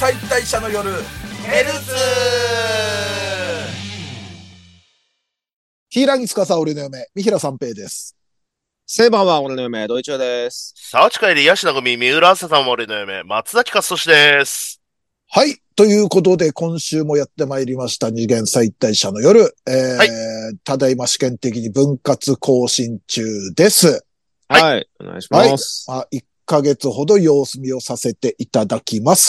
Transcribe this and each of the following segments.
解体者の夜ヘルツヒイラギツカサ俺の嫁、三平三平です。 セイバーは俺の嫁、ドイチューです。 サーチ会でヤシナゴミ、三浦朝さんは俺の嫁、松崎勝利です。 はい。ということで、今週もやってまいりました、二元再退者の夜。 はい、 ただいま試験的に分割更新中です。 はい。お願いします。 はい。1ヶ月ほど様子見をさせていただきます。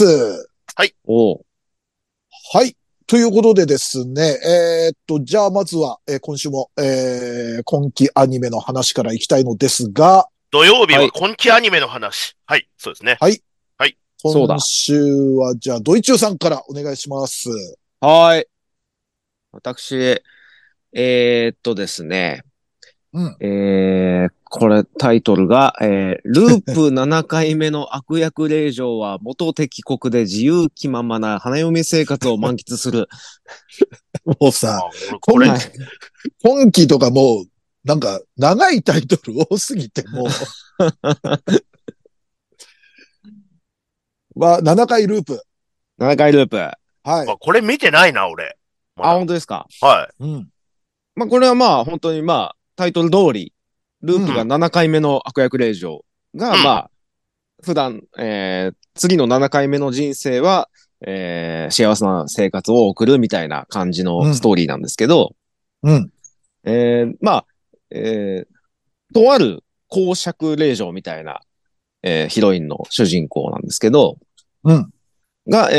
はい。 はい。ということでですね、じゃあまずは、今週も、今期アニメの話からいきたいのですが、 土曜日は今期アニメの話。はい、そうですね。 はい。 はい。 今週は、じゃあ、ドイチューさんからお願いします。 はい。私、ですね。これタイトルが、ループ7回目の悪役令嬢は元敵国で自由気ままな花嫁生活を満喫する。 もうさ、今期とかもう、なんか、長いタイトル多すぎて、もう。7回ループ。 7回ループ。 はい。 これ見てないな、俺。 本当ですか？ はい。 これは本当にタイトル通り、ループが7回目の悪役令嬢が、普段、次の7回目の人生は、幸せな生活を送るみたいな感じのストーリーなんですけど、とある公爵令嬢みたいな、ヒロインの主人公なんですけど、が、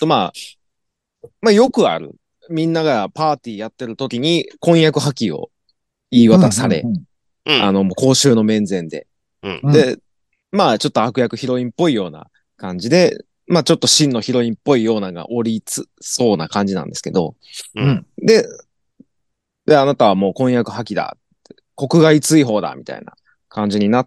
よくある。みんながパーティーやってる時に婚約破棄を言い渡され、公衆の面前で。で、ちょっと悪役ヒロインっぽいような感じで、ちょっと真のヒロインっぽいようながおりそうな感じなんですけど、で、あなたはもう婚約破棄だ。国外追放だみたいな感じになって、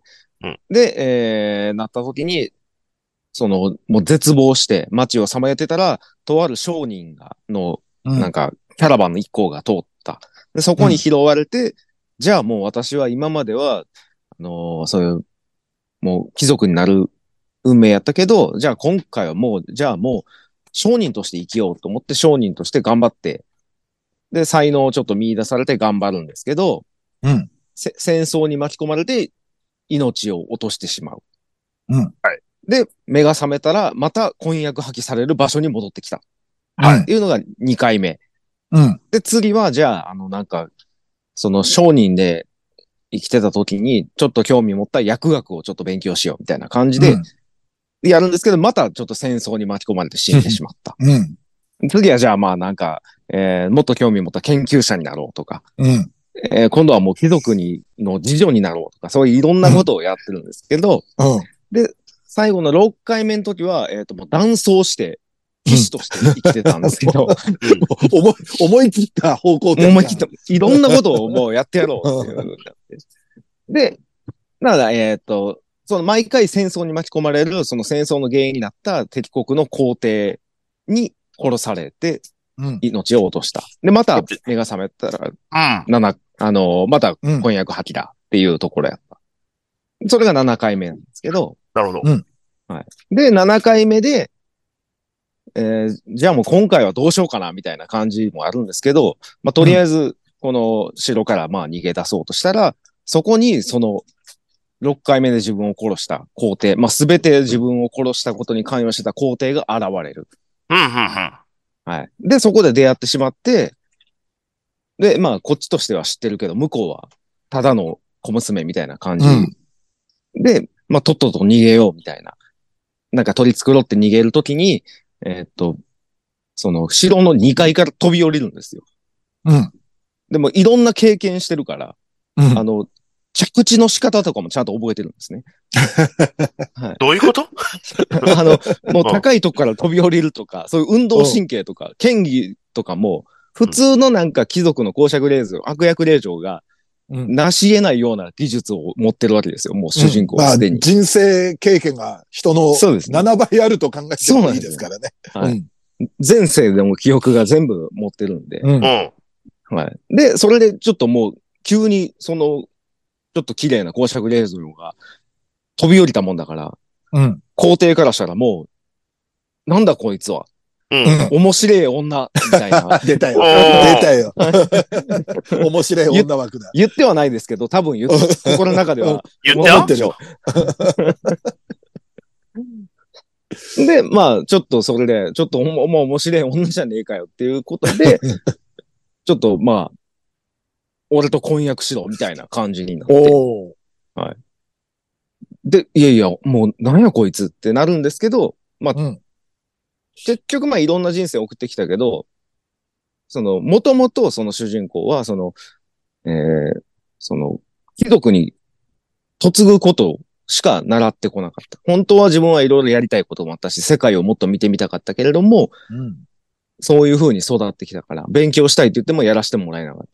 で、なった時に、もう絶望して街をさまよってたら、とある商人なんか、キャラバンの一行が通った。で、そこに拾われて、じゃあもう私は今までは、そういう、もう貴族になる運命やったけど、じゃあ今回はもう商人として生きようと思って商人として頑張って、で、才能をちょっと見出されて頑張るんですけど、戦争に巻き込まれて命を落としてしまう。で、目が覚めたら、また婚約破棄される場所に戻ってきた。っていうのが2回目。で、次は、じゃあ、その商人で生きてた時に、ちょっと興味持った薬学をちょっと勉強しようみたいな感じで、やるんですけど、またちょっと戦争に巻き込まれて死んでしまった。次はじゃあもっと興味持った研究者になろうとか、今度はもう貴族の次女になろうとか、そういういろんなことをやってるんですけど、で、最後の6回目の時は、もう男装して、騎士として生きてたんですけど、 思い切った方向で。思い切った。いろんなことをもうやってやろうっていう。で、だから、その毎回戦争に巻き込まれる、その戦争の原因になった敵国の皇帝に殺されて、命を落とした。で、また目が覚めたら、また婚約破棄だっていうところやった。それが7回目なんですけど。 なるほど。 はい。で、7回目で、じゃあもう今回はどうしようかなみたいな感じもあるんですけど、とりあえず、この城から逃げ出そうとしたら、そこにその6回目で自分を殺した皇帝、すべて自分を殺したことに関与してた皇帝が現れる。はい。で、そこで出会ってしまって、で、こっちとしては知ってるけど、向こうはただの小娘みたいな感じ。で、とっとと逃げようみたいな。なんか取り繕って逃げるときに、その城の2階から飛び降りるんですよ。でもいろんな経験してるから、着地の仕方とかもちゃんと覚えてるんですね。 どういうこともう高いとこから飛び降りるとか、そういう運動神経とか、剣技とかも、普通のなんか貴族の公爵令嬢、悪役令嬢が、成し得ないような技術を持ってるわけですよ。もう主人公はすでに。 人生経験が人の7倍あると考えてもいいですからね。 前世でも記憶が全部持ってるんで。で、それでちょっともう急にちょっと綺麗な公爵令嬢が飛び降りたもんだから、皇帝からしたらもうなんだこいつは。 うん。 面白い女、みたいな。 出たよ。 おー出たよ。面白い女枠だ。 言ってはないですけど、多分心の中では言思ってるよ。 で、まあ、ちょっとそれで、ちょっともう面白い女じゃねえかよっていうことで、ちょっとまあ、俺と婚約しろみたいな感じになって。 おー。 で、いやいや、もうなんやこいつってなるんですけど、まあ、 うん。 結局まあいろんな人生送ってきたけど、もともとその主人公は、えーその、貴族に嫁ぐことしか習ってこなかった。本当は自分はいろいろやりたいこともあったし、世界をもっと見てみたかったけれども、 うん。 そういう風に育ってきたから、勉強したいって言ってもやらせてもらえなかった。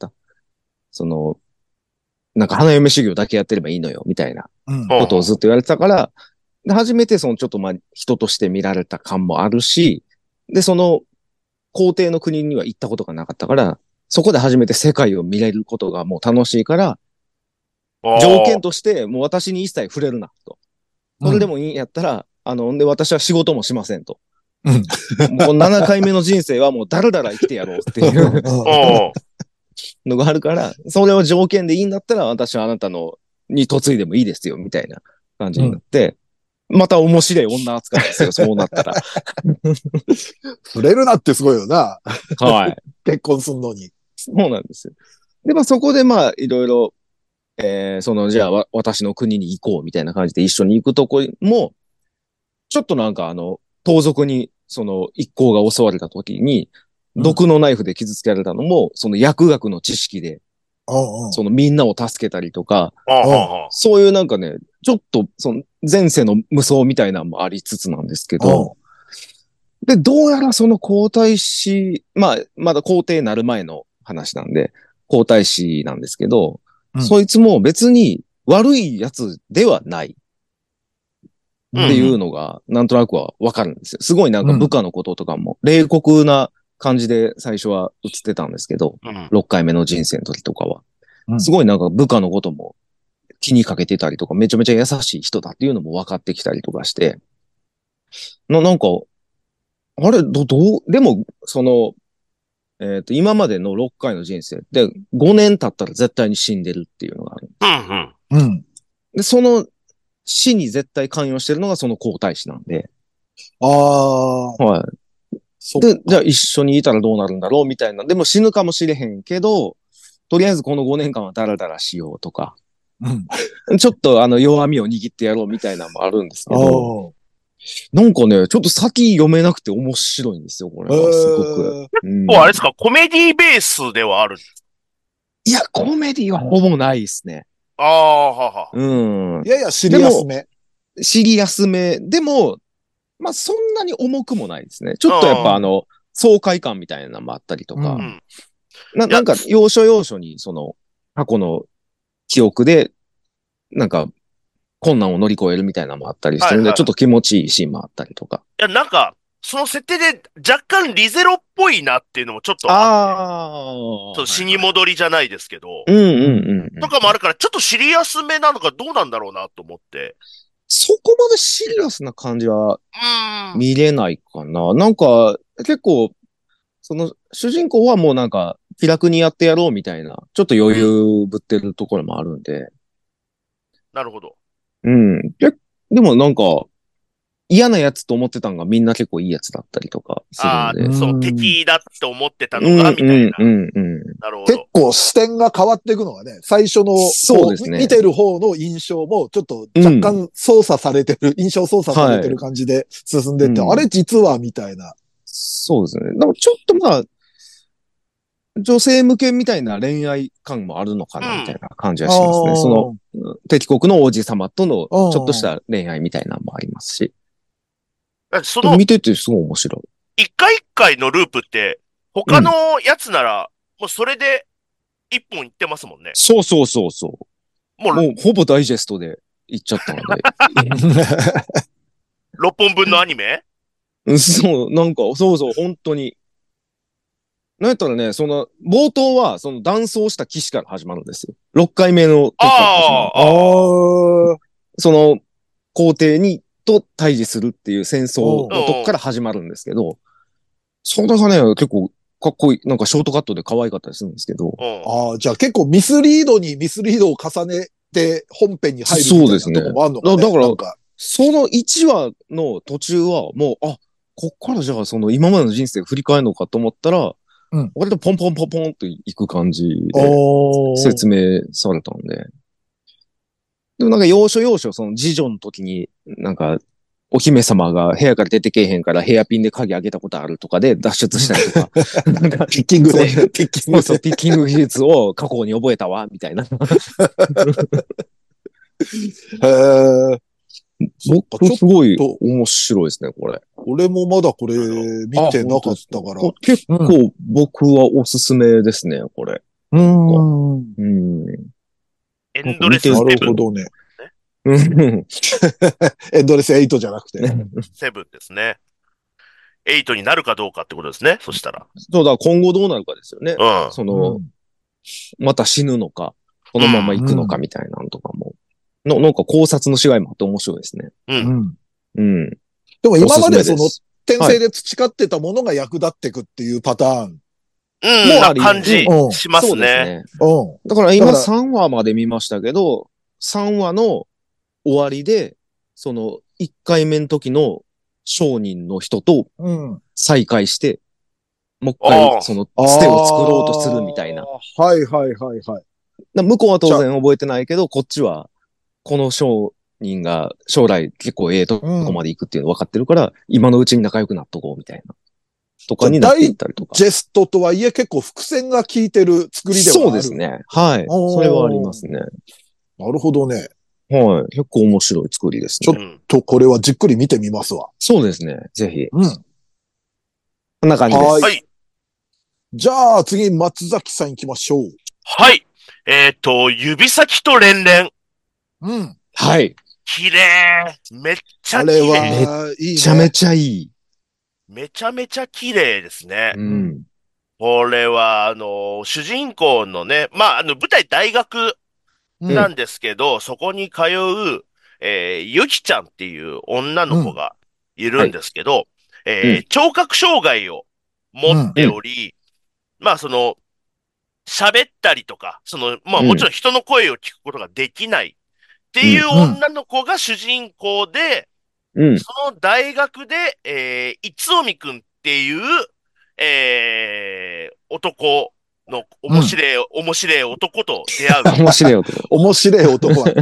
なんか花嫁修行だけやってればいいのよ、みたいなうん。 ことをずっと言われてたから、で初めてちょっとまあ人として見られた感もあるし、で、皇帝の国には行ったことがなかったから、そこで初めて世界を見れることがもう楽しいから、条件としてもう私に一切触れるな、と。それでもいいんやったら、で、私は仕事もしませんと。 うん。 もう7回目の人生はもうだらだら生きてやろうっていうおーのがあるから、それを条件でいいんだったら私はあなたに嫁いでもいいですよ、みたいな感じになって、また面白い女扱いですよ、そうなったら。 触れるなってすごいよな。 はい。 結婚すんのに。 そうなんですよ。で、まあそこでまあいろいろ、じゃあ私の国に行こうみたいな感じで一緒に行くとこも、ちょっとなんか盗賊に一行が襲われた時に、毒のナイフで傷つけられたのも、その薬学の知識で、 うんうん。 みんなを助けたりとか、 おーそういうなんかね、ちょっと、前世の無双みたいなのもありつつなんですけど、で、どうやらその皇太子、まあ、まだ皇帝になる前の話なんで、皇太子なんですけど、 うんそいつも別に悪いやつではないっていうのが、なんとなくはわかるんですよ。すごいなんか部下のこととかも、冷酷な感じで最初は映ってたんですけど、 うん 6回目の人生の時とかは。 うんすごいなんか部下のことも気にかけてたりとか、めちゃめちゃ優しい人だっていうのも分かってきたりとかして、なんか、あれ、でも、今までの6回の人生で5年経ったら絶対に死んでるっていうのがある。 うん。 うん。 で、その死に絶対関与してるのがその皇太子なんで、 ああ、 はそい。で、じゃあ一緒にいたらどうなるんだろうみたいな。でも死ぬかもしれへんけど、とりあえずこの5年間はダラダラしようとか、 うん。 ちょっと弱みを握ってやろうみたいなのもあるんですけど、 あなんかね、ちょっと先読めなくて面白いんですよ、これあ。 は。すごく。うんあれですか、コメディベースではある。 いや、コメディはほぼないですね。 ああ、はは。 うん。 いやいや、シリアスめ。 シリアスめ。でも、まあ、そんなに重くもないですね。ちょっとやっぱ爽快感みたいなのもあったりとか、 うんなんか、要所要所に、過去の記憶で、なんか、困難を乗り越えるみたいなのもあったりするんで、 はいはいちょっと気持ちいいシーンもあったりとか。 いや、なんか、その設定で若干リゼロっぽいなっていうのもちょっとあって、 ああ。 ちょっと死に戻りじゃないですけど、 うんうんうんうん。 とかもあるから、ちょっとシリアスめなのかどうなんだろうなと思って。 そこまでシリアスな感じはうーん。 見れないかな。なんか、結構、主人公はもうなんか、気楽にやってやろうみたいな、ちょっと余裕ぶってるところもあるんで。 なるほど。 うん。でもなんか、嫌なやつと思ってたんがみんな結構いいやつだったりとかするああ、 んで。 そうう、 ん敵だって思ってたうのが、 んみたいな。 うんうん。 結なるほど。 構視点が変わっていくのがね、最初の、 そうですね見てる方の印象も、ちょっと若干操作されてる、印象操作されてる感じで進んでって、 うんあれ実は、みたいな。 そうですね。でもちょっとまあ、女性向けみたいな恋愛感もあるのかなみたいな感じはしますね。敵国の王子様とのちょっとした恋愛みたいなのもありますし。 その、 見ててすごい面白い。 一回一回のループって、他のやつなら、もうそれで一本いってますもんね。 そうそうそうそう。 もう、 もうほぼダイジェストで行っちゃったので。 6本分のアニメそう、なんか、そうそう、本当に。なんやったらね、冒頭は、断層した騎士から始まるんですよ。6回目の時から始まる。 ああ、 ああ。 皇帝にと対峙するっていう戦争のとこから始まるんですけど、それがね、結構かっこいい、なんかショートカットで可愛かったりするんですけど。 ああ、じゃあ結構ミスリードにミスリードを重ねて本編に入るみたいなとこもあるのかね。 だから、その1話の途中はもう、こっからじゃあその今までの人生振り返るのかと思ったら、割とポンポンポンポンっていく感じで説明されたんで。でもなんか要所要所その次女の時になんかお姫様が部屋から出てけえへんからヘアピンで鍵開けたことあるとかで脱出したりとか。なんかピッキングで。 ピッキング技術を過去に覚えたわ、みたいな。僕、すごい面白いですね、これ。 俺もまだこれ見てなかったから。 結構僕はおすすめですね、これ。 エンドレスセブン。 なるほどね。エンドレス8じゃなくて。 セブンですね。8になるかどうかってことですね、そしたら。 そうだ、今後どうなるかですよね。また死ぬのか、このまま行くのかみたいなのとかも。なんか考察のしがいもあって面白いですね。 でも今までその、転生で培ってたものが役立ってくっていうパターン。 な感じしますね。 だから今3話まで見ましたけど、3話の終わりで、その1回目の時の商人の人と再会して、もう一回そのつてを作ろうとするみたいな。 はい。 向こうは当然覚えてないけど、こっちはこの商人が将来結構とこまで行くっていうの分かってるから、今のうちに仲良くなっとこうみたいな。とかになっていったりとか。 ジェストとはいえ結構伏線が効いてる作りではある。 そうですね。はい。それはありますね。 なるほどね。 はい。結構面白い作りですね。ちょっとこれはじっくり見てみますわ。 そうですね。ぜひ。こんな感じです。 はい。じゃあ次、松崎さん行きましょう。 はい。指先と連連。 はい。 綺麗。めっちゃ綺麗。 あれはいいね。 めちゃめちゃいい。 めちゃめちゃ綺麗ですね。これは、主人公のね、舞台大学なんですけど、そこに通う、ゆきちゃんっていう女の子がいるんですけど、聴覚障害を持っており、喋ったりとか、もちろん人の声を聞くことができないっていう女の子が主人公で、その大学で、いつおみくんっていう、男の面白い男と出会う。 面白い男。 面白い男はね。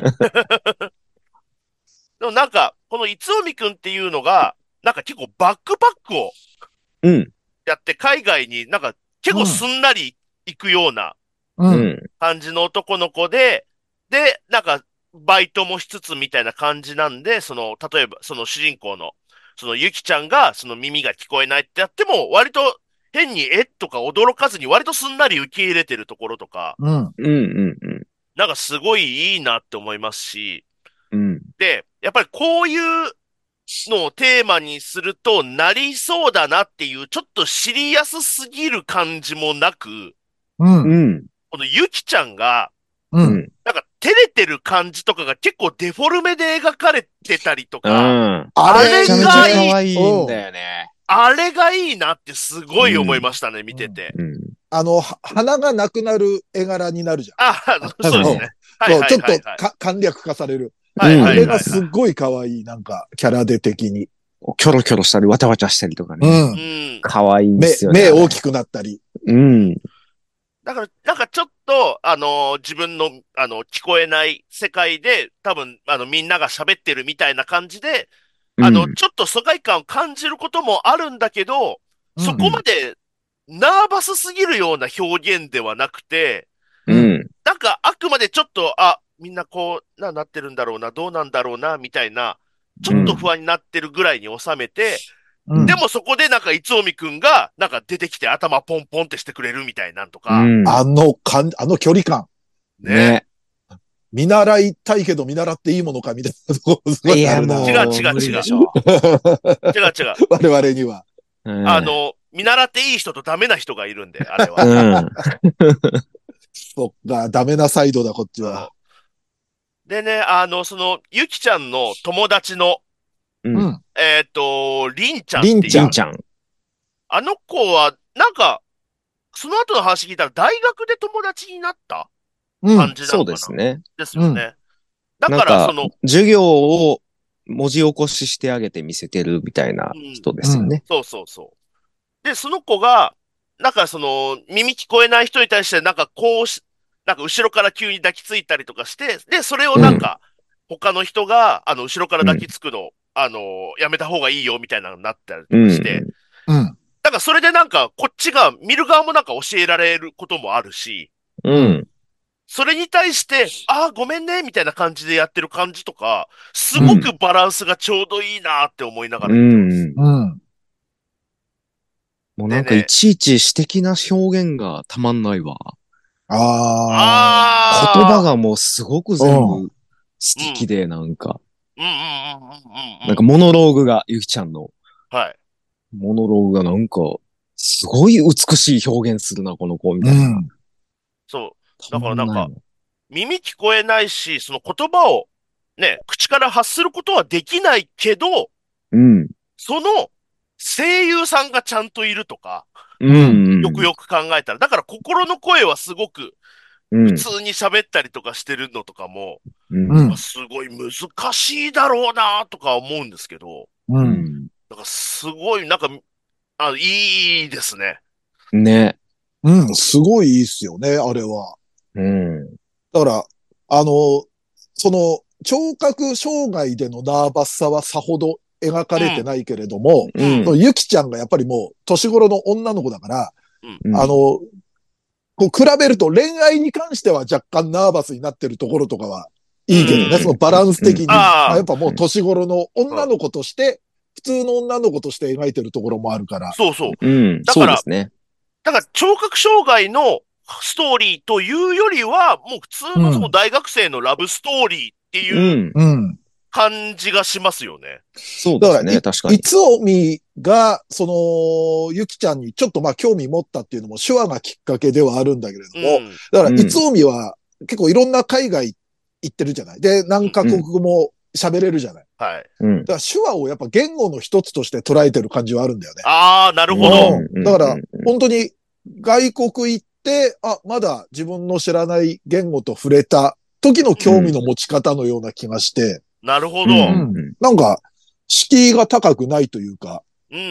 でもなんか、このいつおみくんっていうのが、なんか結構バックパックをやって海外になんか結構すんなり行くような感じの男の子で、なんかバイトもしつつみたいな感じなんで、例えばその主人公の、そのゆきちゃんがその耳が聞こえないってやっても、割と変にとか驚かずに割とすんなり受け入れてるところとか、なんかすごいいいなって思いますし、で、やっぱりこういうのをテーマにするとなりそうだなっていう、ちょっとシリアスすぎる感じもなく、このゆきちゃんが、なんか照れてる感じとかが結構デフォルメで描かれてたりとか、 あれがいいんだよね。 あれがいいなってすごい思いましたね、見てて。 鼻がなくなる絵柄になるじゃん。 そうですね。 ちょっと簡略化される。あれがすっごい可愛い、なんか、キャラで的に。 キョロキョロしたり、わちゃわちゃしたりとかね。可愛いんですよね。 目大きくなったり。 だから、なんかちょっと、自分の、聞こえない世界で、多分、みんなが喋ってるみたいな感じで、ちょっと疎外感を感じることもあるんだけど、そこまで、ナーバスすぎるような表現ではなくて、なんか、あくまでちょっと、みんなこう、なってるんだろうな、どうなんだろうな、みたいな、ちょっと不安になってるぐらいに収めて、でもそこでなんか、いつおみくんが、なんか出てきて頭ポンポンってしてくれるみたいなんとか。 あの距離感。 ね。 見習いたいけど見習っていいものかみたいなところすごいあるな。 違う。違う。 我々には。 見習っていい人とダメな人がいるんで、あれは。 そっか、ダメなサイドだ、こっちは。 でね、ゆきちゃんの友達のりんちゃん。 りんちゃん。 あの子は、なんか、その後の話聞いたら大学で友達になった感じなのかな、 そうですね。 ですよね。だから授業を文字起こししてあげて見せてるみたいな人ですよね。 そうそうそう。で、その子が、耳聞こえない人に対して、後ろから急に抱きついたりとかして、で、それを他の人が、後ろから抱きつくの、やめた方がいいよ、みたいなのになったりとかして、それでこっちが、見る側も教えられることもあるし、それに対して、ごめんね、みたいな感じでやってる感じとか、すごくバランスがちょうどいいなって思いながら見てます。 もういちいち詩的な表現がたまんないわ。言葉がもうすごく全部素敵で、モノローグが、ゆきちゃんの。 はい。 モノローグがすごい美しい表現するな、この子、みたいな。 そう。だから耳聞こえないし、その言葉をね、口から発することはできないけど、その声優さんがちゃんといるとか、よくよく考えたら、だから心の声はすごく普通に喋ったりとかしてるのとかも、すごい難しいだろうなとか思うんですけど、すごい、いいですね。 ね。 すごいいいっすよね、あれは。だから、その、聴覚障害でのナーバスさはさほど描かれてないけれども、ゆきちゃんがやっぱりもう年頃の女の子だから、こう比べると恋愛に関しては若干ナーバスになってるところとかはいいけどね、そのバランス的に。やっぱもう年頃の女の子として、普通の女の子として描いてるところもあるから。 そうそう。 そうですね。 だから聴覚障害のストーリーというよりは、もう普通のその大学生のラブストーリーっていう感じがしますよね。 そうですね、確かに。 いつおみが、ゆきちゃんにちょっと興味持ったっていうのも手話がきっかけではあるんだけれども、だからいつおみは結構いろんな海外行ってるじゃない。で、何カ国語も喋れるじゃない。 はい。 だから手話をやっぱ言語の一つとして捉えてる感じはあるんだよね。 なるほど。 だから、本当に外国行って、まだ自分の知らない言語と触れた時の興味の持ち方のような気がして。 なるほど。 敷居が高くないというか。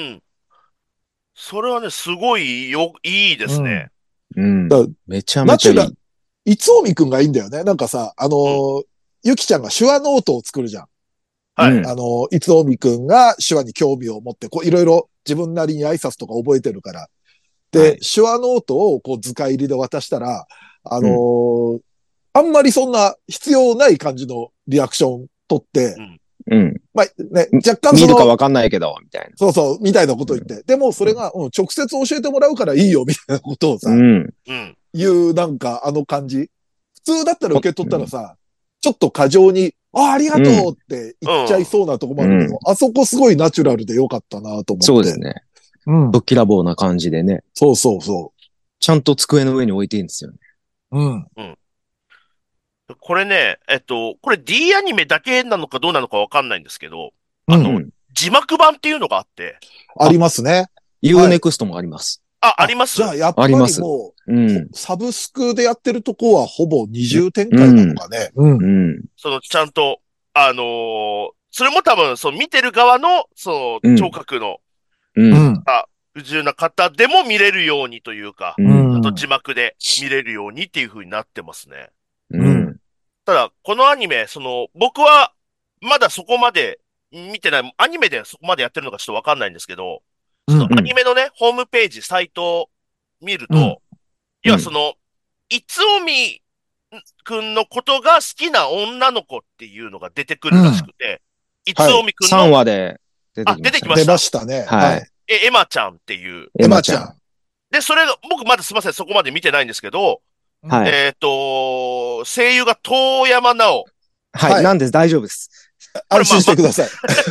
それはね、すごいいいですね。 めちゃめちゃいい。 いつおみくんがいいんだよね。ゆきちゃんが手話ノートを作るじゃん。 はい。 いつおみくんが手話に興味を持って、いろいろ自分なりに挨拶とか覚えてるから。で、手話ノートを図解入りで渡したら、あんまりそんな必要ない感じのリアクション取って、若干見るかわかんないけど、みたいな。 そうそう、みたいなこと言って。でもそれが、直接教えてもらうからいいよ、みたいなことをさ、言うあの感じ。普通だったら受け取ったらさ、ちょっと過剰に、ありがとうって言っちゃいそうなとこもあるけど、あそこすごいナチュラルでよかったなと思って。 そうですね。ぶっきらぼうな感じでね。 そうそうそう。 ちゃんと机の上に置いていいんですよね。 これね、これ D アニメだけなのかどうなのかわかんないんですけど、字幕版っていうのがあって。 ありますね。 Unext もあります。 あります。 じゃあやっぱりもう、サブスクでやってるとこはほぼ二重展開なのかね。 ちゃんと、それも多分、見てる側の、聴覚の、不自由な方でも見れるようにというか、あと字幕で見れるようにっていう風になってますね。ただ、このアニメ、僕は、まだそこまで見てない、アニメでそこまでやってるのかちょっとわかんないんですけど、アニメのね、ホームページ、サイトを見ると、いつおみくんのことが好きな女の子っていうのが出てくるらしくて、いつおみくんの。 3話で出てきました。 出てきました。 出ましたね。 はい。 エマちゃんっていう。 エマちゃん。 で、それが、僕まだすいません、そこまで見てないんですけど、 はい。 声優が遠山奈緒。 はい。なんです、大丈夫です。 安心してください。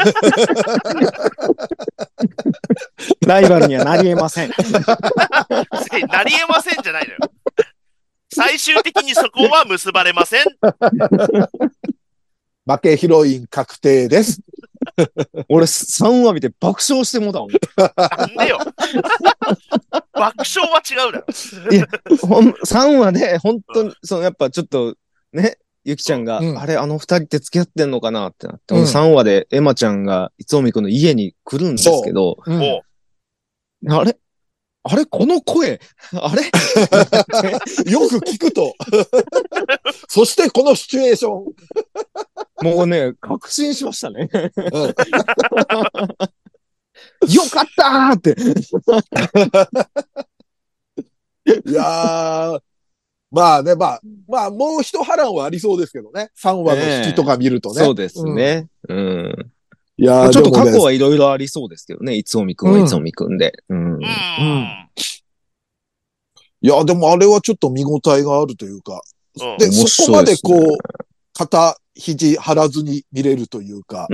ライバルにはなり得ません。 なり得ませんじゃないのよ。最終的にそこは結ばれません。 負けヒロイン確定です。 俺3話見て爆笑してもだもん。 なんでよ。爆笑は違うだろ。 いや、3話で、本当に、やっぱちょっと、ね、ゆきちゃんが、あれ、あの2人って付き合ってんのかなってなって、3話でエマちゃんが、いつおみくんの家に来るんですけど、あれこの声あれよく聞くと。そしてこのシチュエーション。もうね、確信しましたね。よかったーって。 いやー、まあね、まあ、もう一波乱はありそうですけどね。3話の引きとか見るとね。 そうですね。 いやちょっと過去はいろいろありそうですけどね。いつおみくんはいつおみくんで。 いや、でもあれはちょっと見応えがあるというか。で、そこまでこう、肩、肘張らずに見れるというか。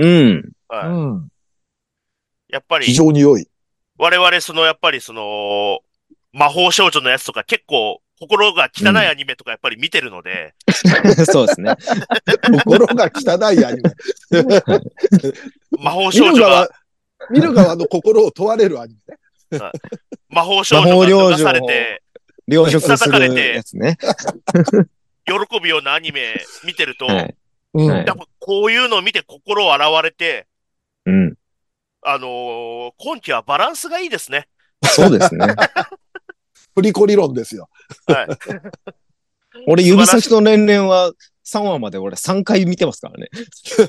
やっぱり。 非常に良い。 我々、やっぱり魔法少女のやつとか結構、心が汚いアニメとかやっぱり見てるので。 そうですね。 心が汚いアニメ。 魔法少女が。 見る側の心を問われるアニメね。 魔法少女が出されて、 凌辱されて、やつね。 喜ぶようなアニメ見てると、やっぱこういうのを見て心を洗われて、今期はバランスがいいですね。 そうですね。 振り子理論ですよ。 はい。 俺、指先の年々は3話まで俺3回見てますからね。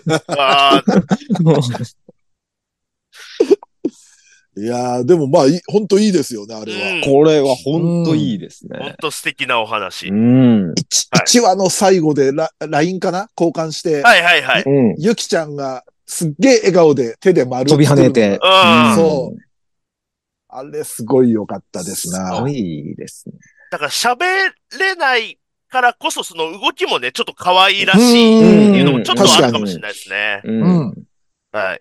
いやー、でもまあ、ほんといいですよね、あれは。 これはほんといいですね。 ほんと素敵なお話。 1話の最後でLINE かな交換して。ゆきちゃんがすっげえ笑顔で手で丸飛び跳ねて。 そう。あれすごい良かったですな。 すごいですね。 だから喋れないからこそその動きもね、ちょっと可愛らしいっていうのもちょっとあるかもしれないですね。はい。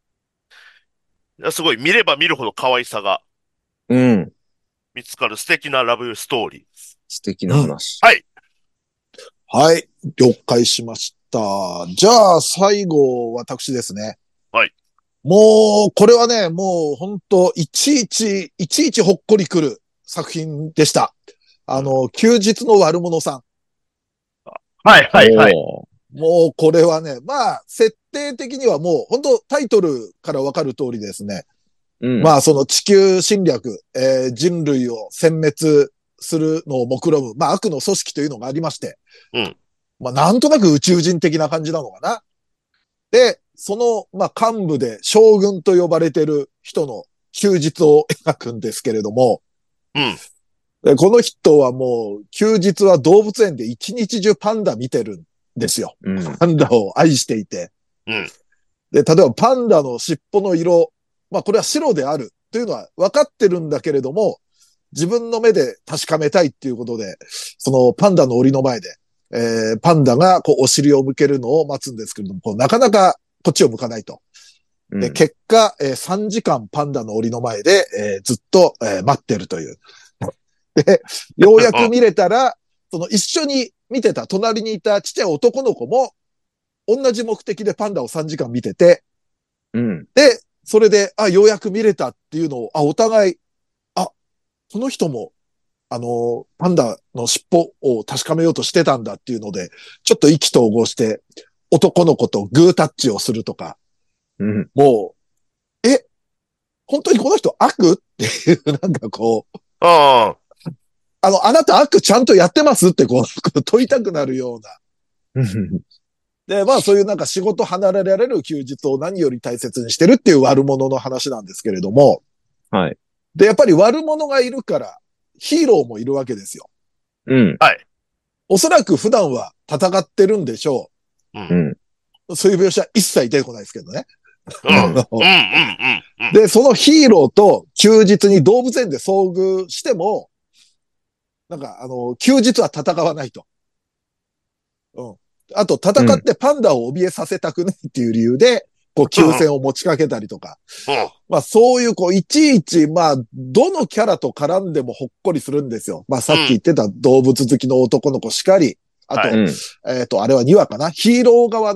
すごい見れば見るほど可愛さが見つかる素敵なラブストーリー。 素敵な話。 はい。 はい。了解しました。じゃあ最後私ですね。 はい。 もう、これはね、もう本当いちいちほっこりくる作品でした。休日の悪者さん。 はいはいはい。 もうこれはね、まあ、設定的にはもう本当タイトルからわかる通りですね。まあ、その地球侵略、人類を殲滅するのを目論む、まあ悪の組織というのがありまして。まあなんとなく宇宙人的な感じなのかな。で、その、まあ幹部で将軍と呼ばれてる人の休日を描くんですけれども。でこの人はもう休日は動物園で一日中パンダ見てるんですよ。パンダを愛していて。で、例えばパンダの尻尾の色、まあこれは白であるというのは分かってるんだけれども、自分の目で確かめたいっていうことで、そのパンダの檻の前で、パンダがこうお尻を向けるのを待つんですけれども、こうなかなかこっちを向かないと。で結果、3時間パンダの檻の前で、ずっと、待ってるという。で、ようやく見れたら、その一緒に見てた隣にいたちっちゃい男の子も、同じ目的でパンダを3時間見てて、で、それで、ようやく見れたっていうのを、お互い、この人も、パンダの尻尾を確かめようとしてたんだっていうので、ちょっと意気投合して、男の子とグータッチをするとか、もう、本当にこの人悪っていう、なんかこう、あなた悪ちゃんとやってますってこう、問いたくなるような。で、まあそういうなんか仕事離れられる休日を何より大切にしてるっていう悪者の話なんですけれども。 はい。 で、やっぱり悪者がいるから、ヒーローもいるわけですよ。 はい。 おそらく普段は戦ってるんでしょう。そういう描写は一切出てこないですけどね。で、そのヒーローと休日に動物園で遭遇しても、なんか、休日は戦わないと。あと、戦ってパンダを怯えさせたくないっていう理由で、こう、休戦を持ちかけたりとか。まあ、そういう、こう、いちいち、まあ、どのキャラと絡んでもほっこりするんですよ。まあ、さっき言ってた動物好きの男の子しかり。あと、あれは2話かな。ヒーロー側の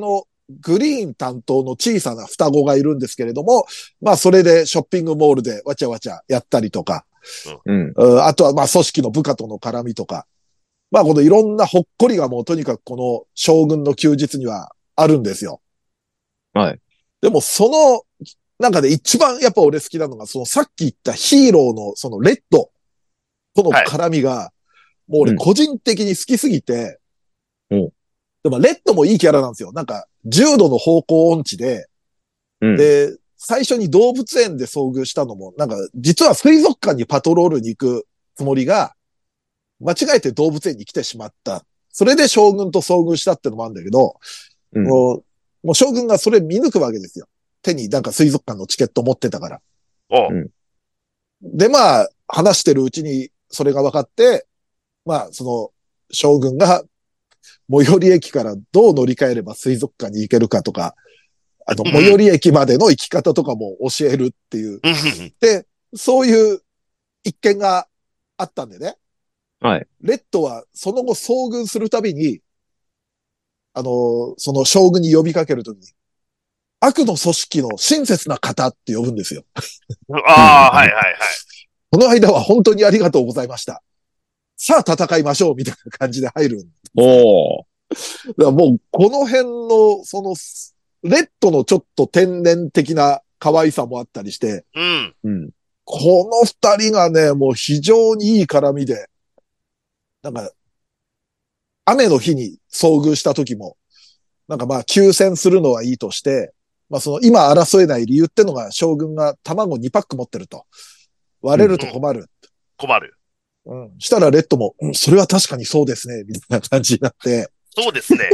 グリーン担当の小さな双子がいるんですけれども、まあそれでショッピングモールでわちゃわちゃやったりとか、あとはまあ組織の部下との絡みとか、まあこのいろんなほっこりがもうとにかくこの将軍の休日にはあるんですよ。 はい。 でもその中で一番やっぱ俺好きなのが、そのさっき言ったヒーローのそのレッドとの絡みが、もう俺個人的に好きすぎて、でもレッドもいいキャラなんですよ。なんか重度の方向音痴で、で、最初に動物園で遭遇したのも、なんか実は水族館にパトロールに行くつもりが、間違えて動物園に来てしまった。それで将軍と遭遇したってのもあるんだけど、もう将軍がそれ見抜くわけですよ。手になんか水族館のチケット持ってたから。で、まあ、話してるうちにそれが分かって、まあ、その、将軍が最寄り駅からどう乗り換えれば水族館に行けるかとか、最寄り駅までの行き方とかも教えるっていう。で、そういう一件があったんでね。 はい。 レッドはその後遭遇するたびに、その将軍に呼びかけるときに、悪の組織の親切な方って呼ぶんですよ。 ああ、はいはいはい。 この間は本当にありがとうございました。さあ戦いましょうみたいな感じで入る。 おー。 だからもうこの辺の、その、レッドのちょっと天然的な可愛さもあったりして、この二人がね、もう非常にいい絡みで、なんか、雨の日に遭遇した時も、なんかまあ、休戦するのはいいとして、まあその今争えない理由ってのが将軍が卵2パック持ってると。割れると困る。 困る。 したらレッドも、それは確かにそうですね、みたいな感じになって。 そうですね。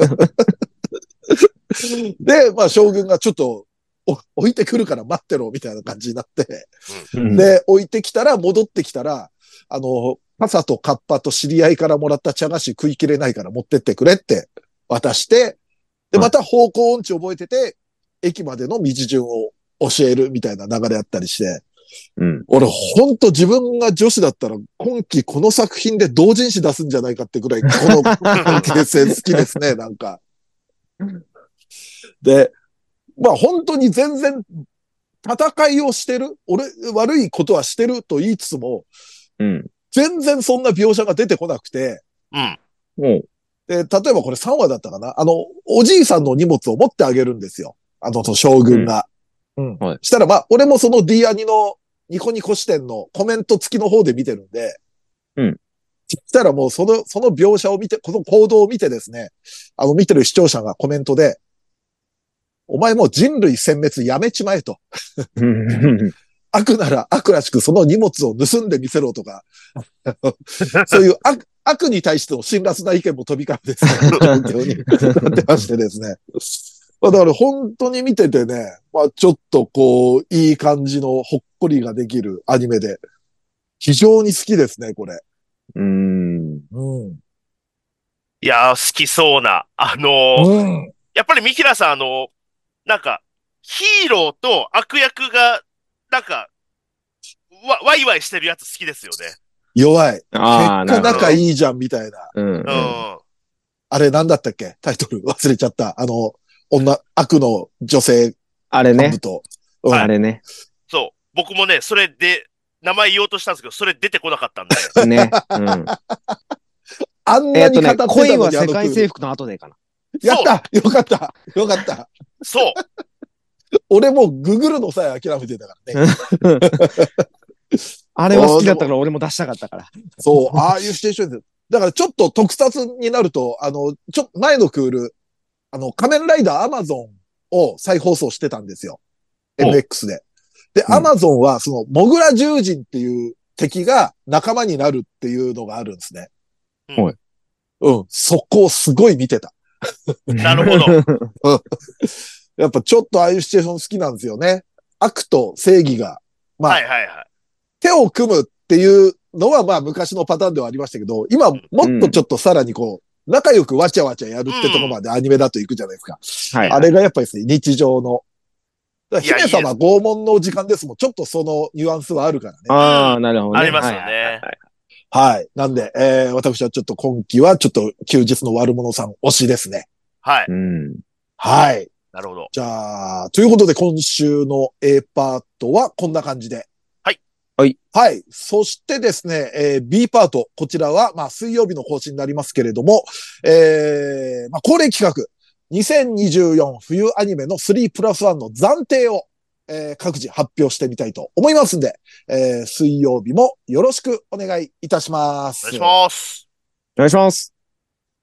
で、まあ将軍がちょっと置いてくるから待ってろ、みたいな感じになって。で、置いてきたら、戻ってきたら、パサとカッパと知り合いからもらった茶菓子食い切れないから持ってってくれって渡して、で、また方向音痴覚えてて、駅までの道順を教えるみたいな流れあったりして、俺ほんと自分が女子だったら今期この作品で同人誌出すんじゃないかってぐらいこの関係性好きですね、なんか。で、まあ本当に全然戦いをしてる、悪いことはしてると言いつつも、全然そんな描写が出てこなくて、で、例えばこれ3話だったかな、おじいさんの荷物を持ってあげるんですよ。将軍が。したらまあ、俺もその D アニのニコニコ視点のコメント付きの方で見てるんで、したらもうその描写を見て、この行動を見てですね、見てる視聴者がコメントで、お前もう人類殲滅やめちまえと。悪なら悪らしくその荷物を盗んでみせろとか、そういう悪に対しての辛辣な意見も飛び交うですね、状況になってましてですね。だから本当に見ててね、まあちょっとこう、いい感じのほっこりができるアニメで、非常に好きですね、これ。 いやー、好きそうな。やっぱりミキラさん、なんか、ヒーローと悪役が、なんか、ワイワイしてるやつ好きですよね。 弱い。結果仲いいじゃん、みたいな。あれなんだったっけタイトル忘れちゃった。悪の女性。 あれね。 あれね。 そう。僕もね、それで、名前言おうとしたんですけど、それ出てこなかったんで。 ね。 あんなに語ってたのに恋は世界征服の後でかな。 やったよかったよかったそう。 俺もググるのさえ諦めてたからね。 あれは好きだったから俺も出したかったから。 そう、ああいうシチュエーションです。だからちょっと特撮になると、前のクール、仮面ライダーアマゾンを再放送してたんですよ。MX で。で、アマゾンはその、モグラ獣人っていう敵が仲間になるっていうのがあるんですね。そこをすごい見てた。 なるほど。 やっぱちょっとああいうシチュエーション好きなんですよね。悪と正義が、まあ、手を組むっていうのはまあ昔のパターンではありましたけど、今もっとちょっとさらにこう、仲良くわちゃわちゃやるってとこまでアニメだと行くじゃないですか。あれがやっぱりですね、日常の。姫様拷問の時間ですもん、ちょっとそのニュアンスはあるからね。 ああ、なるほどね。 ありますよね。 はい。なんで、私はちょっと今期はちょっと休日の悪者さん推しですね。 はい。 はい。 なるほど。 じゃあ、ということで今週の A パートはこんな感じで。 はい。 はい。 はい。そしてですね、B パート、こちらは、まあ、水曜日の更新になりますけれども、まあ、恒例企画、2024冬アニメの3プラス1の暫定を、各自発表してみたいと思いますんで、水曜日もよろしくお願いいたします。 お願いします。 お願いします。